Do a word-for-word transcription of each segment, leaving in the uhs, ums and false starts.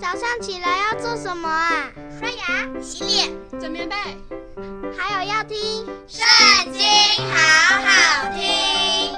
早上起来要做什么啊？ 刷牙、洗脸、 整棉被， 还有要听《 圣经》，好好听。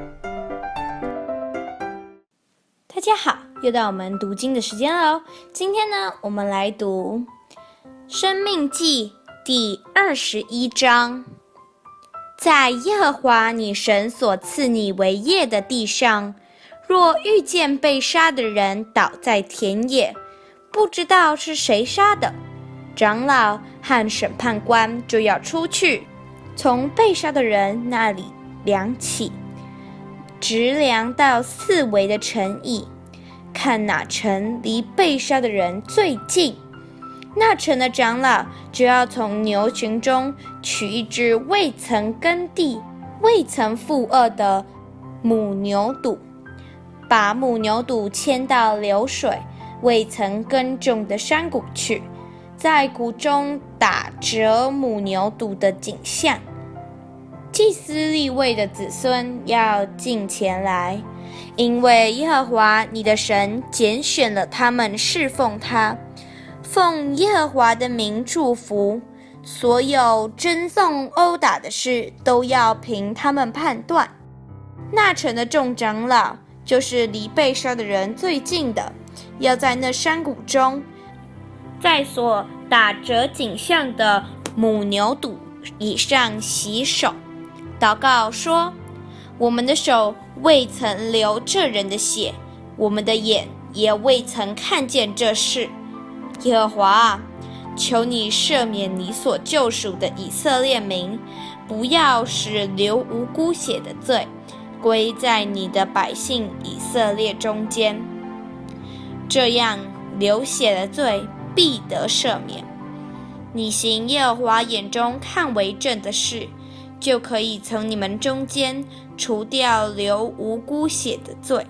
大家好，又到我们读经的时间了。今天呢，我们来读《申命记》第二十一章。在耶和华你神所赐你为业的地上，若遇见被杀的人倒在田野，不知道是谁杀的，长老和审判官就要出去，从被杀的人那里量起，直量到四围的城邑，看哪城离被杀的人最近，那城的长老就要从牛群中取一只未曾耕地、未曾负轭的母牛犊，把母牛犊牵到流水未曾耕种的山谷去，在谷中打折母牛犊的颈项。祭司利未的子孙要近前来，因为耶和华你的神拣选了他们侍奉他，奉耶和华的名祝福。所有争讼殴打的事都要凭他们判断。那城的众长老，就是离被杀的人最近的，要在那山谷中，在所打折颈项的母牛犊以上洗手，祷告说：我们的手未曾流这人的血，我们的眼也未曾看见这事。耶和华啊，求你赦免你所救赎的以色列民，不要使流无辜血的罪归在你的百姓以色列中间，这样流血的罪必得赦免。你行耶和华眼中看为正的事，就可以从你们中间除掉流无辜血的罪。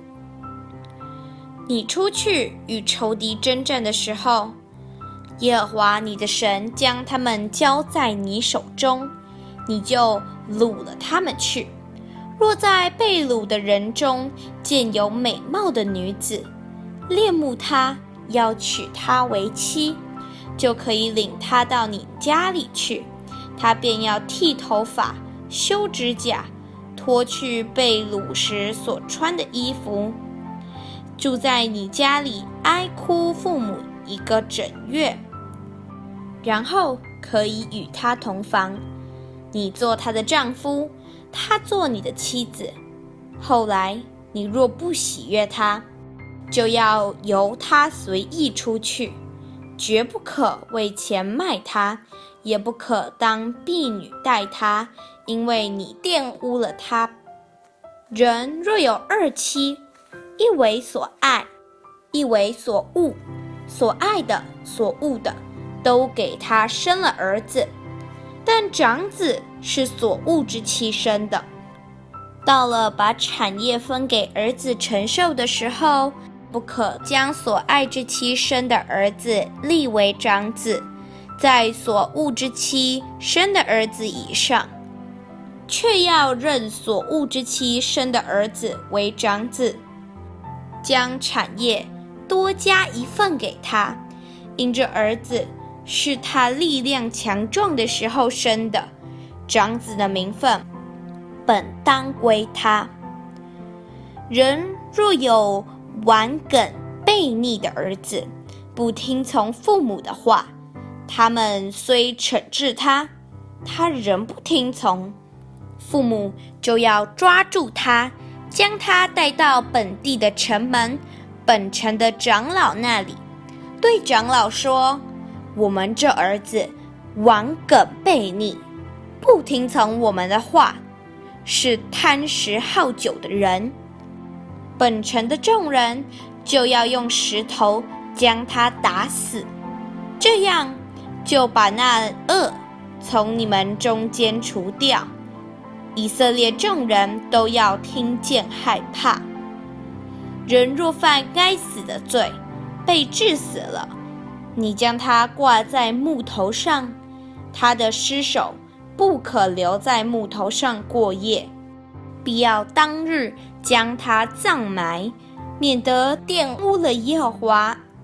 你出去与仇敌征战的时候，耶和华你的神将他们交在你手中，你就掳了他们去。若在被掳的人中见有美貌的女子，恋慕她，要娶她为妻，就可以领她到你家里去。她便要剃头发、修指甲，脱去被掳时所穿的衣服，住在你家里哀哭父母一个整月，然后可以与她同房，你做她的丈夫，她做你的妻子。后来你若不喜悦她，就要由她随意出去，绝不可为钱卖她，也不可当婢女待她，因为你玷污了她。人若有二妻，一为所爱，一为所恶，所爱的所恶的都给他生了儿子，但长子是所恶之妻生的。到了把产业分给儿子承受的时候，不可将所爱之妻生的儿子立为长子，在所恶之妻生的儿子以上，却要认所恶之妻生的儿子为长子，将产业多加一份给他，因这儿子是他力量强壮的时候生的，长子的名分本当归他。人若有顽梗悖逆的儿子，不听从父母的话，他们虽惩治他，他仍不听从，父母就要抓住他，将他带到本地的城门，本城的长老那里，对长老说：我们这儿子顽梗悖逆，不听从我们的话，是贪食好酒的人。本城的众人就要用石头将他打死，这样就把那恶从你们中间除掉。以色列众人都要听见害怕。人若犯该死的罪，被治死了，你将他挂在木头上，他的尸首不可留在木头上过夜，必要当日将他葬埋，免得玷污了耶和华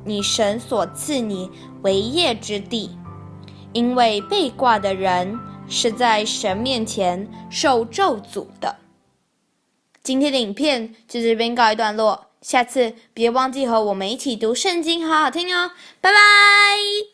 你神所赐你为业之地，因为被挂的人是在神面前受咒诅的。今天的影片就这边告一段落，下次别忘记和我们一起读圣经，好好听哦，拜拜。